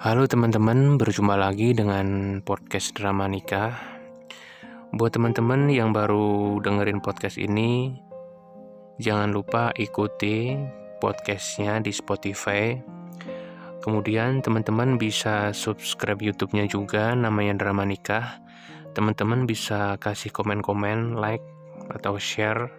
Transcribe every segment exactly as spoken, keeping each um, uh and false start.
Halo teman-teman, berjumpa lagi dengan podcast Drama Nikah. Buat teman-teman yang baru dengerin podcast ini, jangan lupa ikuti podcastnya di Spotify. Kemudian teman-teman bisa subscribe YouTube-nya juga, namanya Drama Nikah. Teman-teman bisa kasih komen-komen, like, atau share.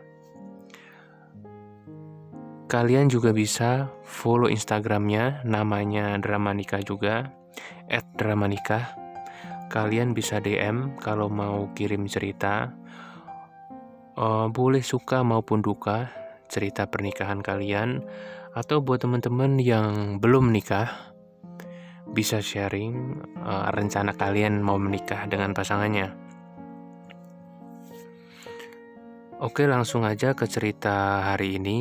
Kalian juga bisa follow Instagramnya, namanya Drama Nikah juga, et drama nikah. Kalian bisa D M kalau mau kirim cerita, uh, boleh suka maupun duka, cerita pernikahan kalian. Atau buat teman-teman yang belum nikah, bisa sharing uh, rencana kalian mau menikah dengan pasangannya. Oke, langsung aja ke cerita hari ini.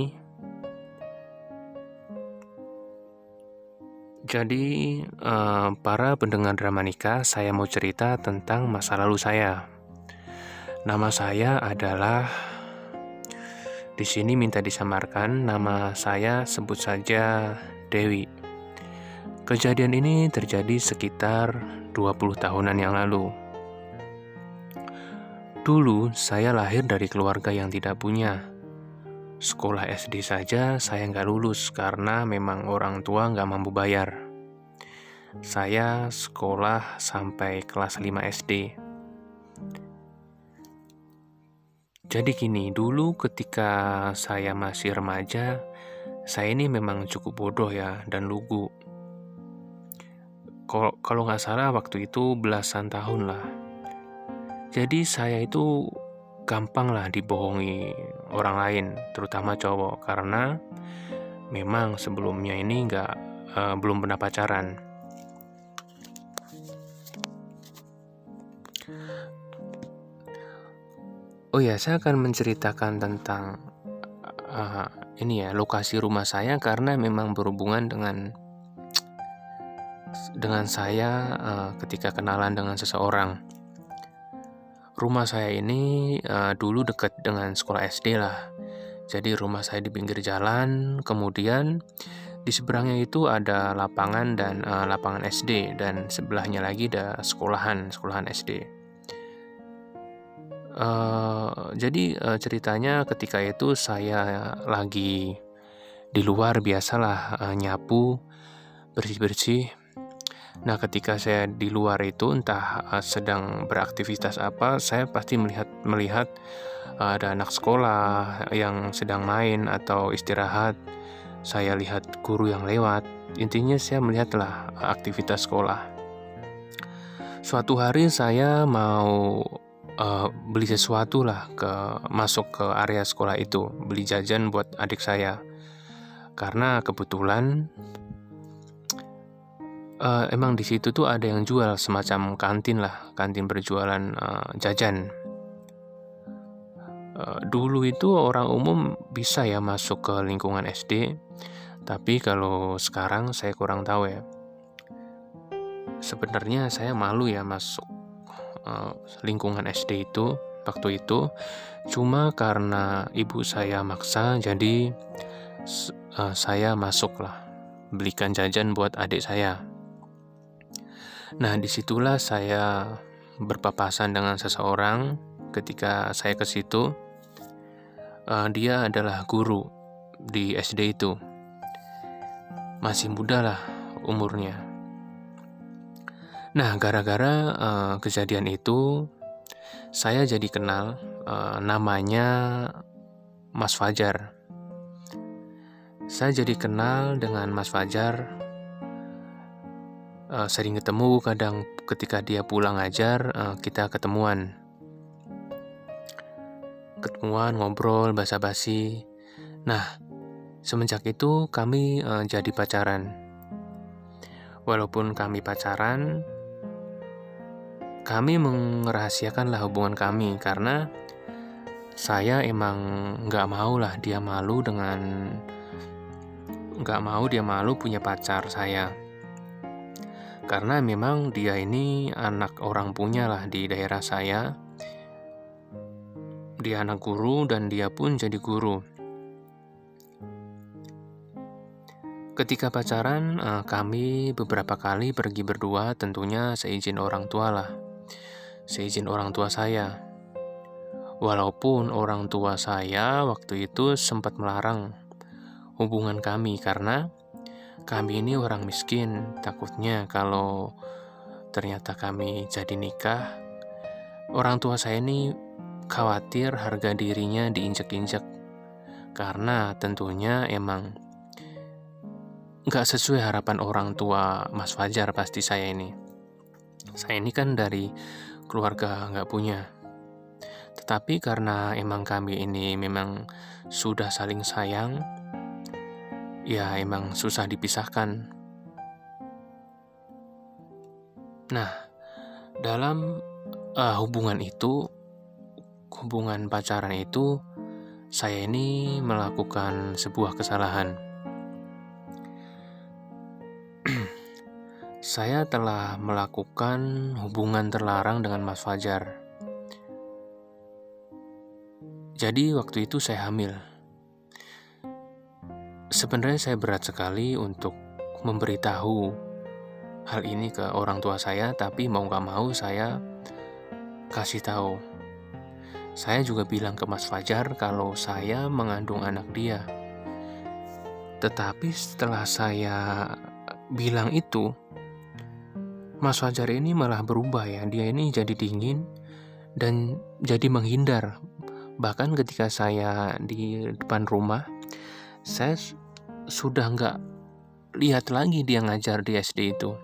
Jadi, eh, para pendengar Drama Nikah, saya mau cerita tentang masa lalu saya. Nama saya adalah, di sini minta disamarkan, nama saya sebut saja Dewi. Kejadian ini terjadi sekitar dua puluh tahunan yang lalu. Dulu, saya lahir dari keluarga yang tidak punya. Sekolah S D saja saya nggak lulus karena memang orang tua nggak mampu bayar. Saya sekolah sampai kelas lima S D. Jadi gini, dulu ketika saya masih remaja, saya ini memang cukup bodoh ya dan lugu. Kalau kalau nggak salah waktu itu belasan tahun lah. Jadi saya itu gampang lah dibohongi orang lain, terutama cowok, karena memang sebelumnya ini nggak uh, belum pernah pacaran. Oh ya, saya akan menceritakan tentang uh, ini ya lokasi rumah saya karena memang berhubungan dengan dengan saya uh, ketika kenalan dengan seseorang. Rumah saya ini uh, dulu dekat dengan sekolah S D lah. Jadi rumah saya di pinggir jalan, kemudian di seberangnya itu ada lapangan dan uh, lapangan S D, dan sebelahnya lagi ada sekolahan, sekolahan S D. Uh, jadi uh, ceritanya ketika itu saya lagi di luar, biasalah uh, nyapu, bersih-bersih. Nah, ketika saya di luar itu entah uh, sedang beraktivitas apa, saya pasti melihat melihat uh, ada anak sekolah yang sedang main atau istirahat. Saya lihat guru yang lewat. Intinya saya melihatlah aktivitas sekolah. Suatu hari saya mau uh, beli sesuatu lah ke masuk ke area sekolah itu, beli jajan buat adik saya. Karena kebetulan Uh, emang di situ tuh ada yang jual semacam kantin lah, kantin berjualan uh, jajan. Uh, dulu itu orang umum bisa ya masuk ke lingkungan S D, tapi kalau sekarang saya kurang tahu ya. Sebenarnya saya malu ya masuk uh, lingkungan S D itu waktu itu, cuma karena ibu saya maksa, jadi uh, saya masuk lah, belikan jajan buat adik saya. Nah, disitulah saya berpapasan dengan seseorang. Ketika saya ke situ, uh, dia adalah guru di S D itu. Masih muda lah umurnya. Nah, gara-gara uh, kejadian itu, saya jadi kenal uh, namanya Mas Fajar. Saya jadi kenal dengan Mas Fajar. Uh, sering ketemu, kadang ketika dia pulang ngajar, uh, kita ketemuan. Ketemuan, ngobrol, basa-basi. Nah, semenjak itu kami uh, jadi pacaran. Walaupun kami pacaran, kami merahasiakanlah hubungan kami karena saya emang nggak mau lah dia malu dengan nggak mau dia malu punya pacar saya. Karena memang dia ini anak orang punya lah di daerah saya. Dia anak guru dan dia pun jadi guru. Ketika pacaran, eee, kami beberapa kali pergi berdua, tentunya seizin orang tua lah, seizin orang tua saya. Walaupun orang tua saya waktu itu sempat melarang hubungan kami karena kami ini orang miskin. Takutnya kalau ternyata kami jadi nikah, orang tua saya ini khawatir harga dirinya diinjek-injek. Karena tentunya emang nggak sesuai harapan orang tua Mas Fajar pasti saya ini. Saya ini kan dari keluarga nggak punya. Tetapi karena emang kami ini memang sudah saling sayang, ya emang susah dipisahkan. Nah, dalam uh, hubungan itu, hubungan pacaran itu, saya ini melakukan sebuah kesalahan. Saya telah melakukan hubungan terlarang dengan Mas Fajar. Jadi waktu itu saya hamil. Sebenarnya saya berat sekali untuk memberitahu hal ini ke orang tua saya, tapi mau gak mau saya kasih tahu. Saya juga bilang ke Mas Fajar kalau saya mengandung anak dia. Tetapi setelah saya bilang itu, Mas Fajar ini malah berubah ya. Dia ini jadi dingin dan jadi menghindar. Bahkan ketika saya di depan rumah, saya sudah nggak lihat lagi dia ngajar di S D itu.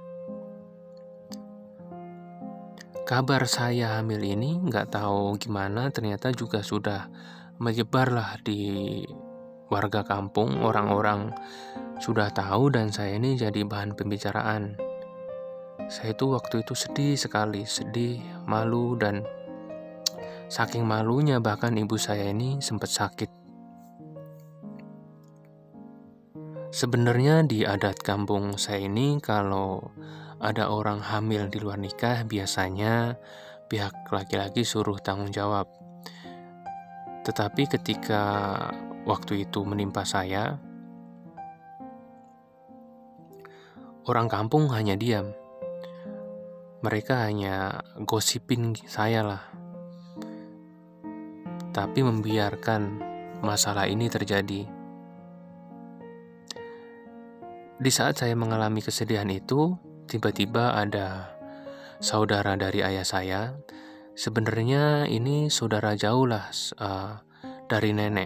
Kabar saya hamil ini nggak tahu gimana, ternyata juga sudah menyebarlah di warga kampung. Orang-orang sudah tahu dan saya ini jadi bahan pembicaraan. Saya itu waktu itu sedih sekali, sedih, malu, dan saking malunya bahkan ibu saya ini sempat sakit. Sebenarnya di adat kampung saya ini kalau ada orang hamil di luar nikah biasanya pihak laki-laki suruh tanggung jawab. Tetapi ketika waktu itu menimpa saya, orang kampung hanya diam. Mereka hanya gosipin saya lah. Tapi membiarkan masalah ini terjadi. Di saat saya mengalami kesedihan itu, tiba-tiba ada saudara dari ayah saya. Sebenarnya ini saudara jauh lah uh, dari nenek.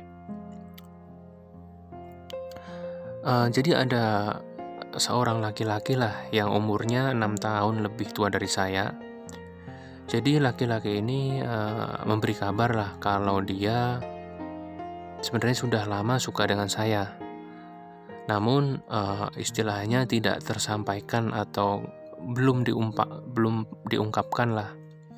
Uh, jadi ada seorang laki-laki lah yang umurnya enam tahun lebih tua dari saya. Jadi laki-laki ini uh, memberi kabar lah kalau dia sebenarnya sudah lama suka dengan saya. Namun uh, istilahnya tidak tersampaikan atau belum diumpak, belum diungkapkan lah.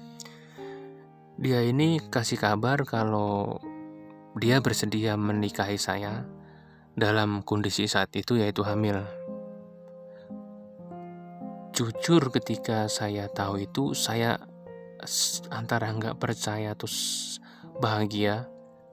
Dia ini kasih kabar kalau dia bersedia menikahi saya dalam kondisi saat itu yaitu hamil. Jujur ketika saya tahu itu saya antara nggak percaya terus bahagia.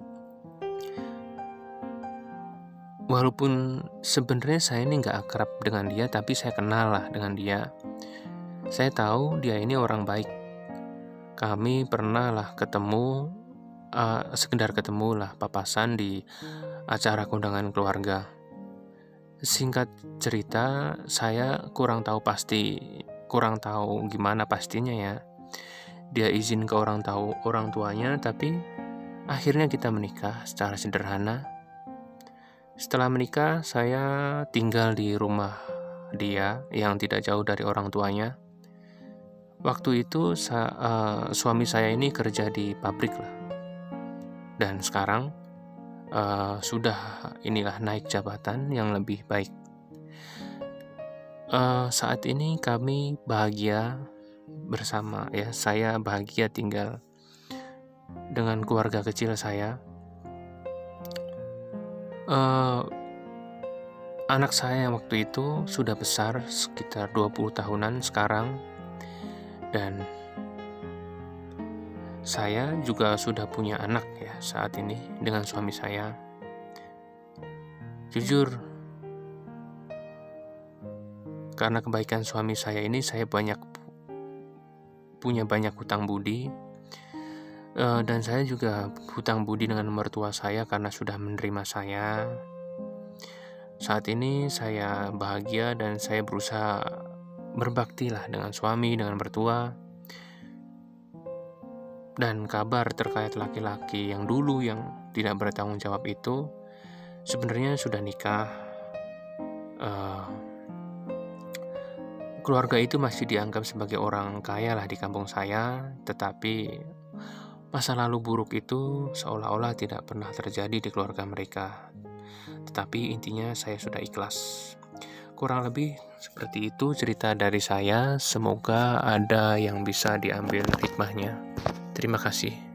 Walaupun sebenarnya saya ini nggak akrab dengan dia, tapi saya kenal lah dengan dia. Saya tahu dia ini orang baik. Kami pernah lah ketemu, uh, sekedar ketemu lah papasan di acara kondangan keluarga. Singkat cerita, saya kurang tahu pasti, kurang tahu gimana pastinya ya. Dia izin ke orang tahu orang tuanya, tapi akhirnya kita menikah secara sederhana. Setelah menikah, saya tinggal di rumah dia yang tidak jauh dari orang tuanya. Waktu itu sa- uh, suami saya ini kerja di pabrik lah, dan sekarang uh, sudah inilah naik jabatan yang lebih baik. Uh, saat ini kami bahagia bersama ya, saya bahagia tinggal dengan keluarga kecil saya. Uh, anak saya waktu itu sudah besar, sekitar dua puluh tahunan sekarang, dan saya juga sudah punya anak ya saat ini dengan suami saya. Jujur, karena kebaikan suami saya ini, saya banyak punya banyak hutang budi, uh, dan saya juga hutang budi dengan mertua saya karena sudah menerima saya. Saat ini saya bahagia dan saya berusaha berbakti lah dengan suami, dengan mertua. Dan kabar terkait laki-laki yang dulu yang tidak bertanggung jawab itu sebenarnya sudah nikah. Uh, keluarga itu masih dianggap sebagai orang kaya lah di kampung saya, tetapi masa lalu buruk itu seolah-olah tidak pernah terjadi di keluarga mereka. Tetapi intinya saya sudah ikhlas. Kurang lebih seperti itu cerita dari saya. Semoga ada yang bisa diambil hikmahnya. Terima kasih.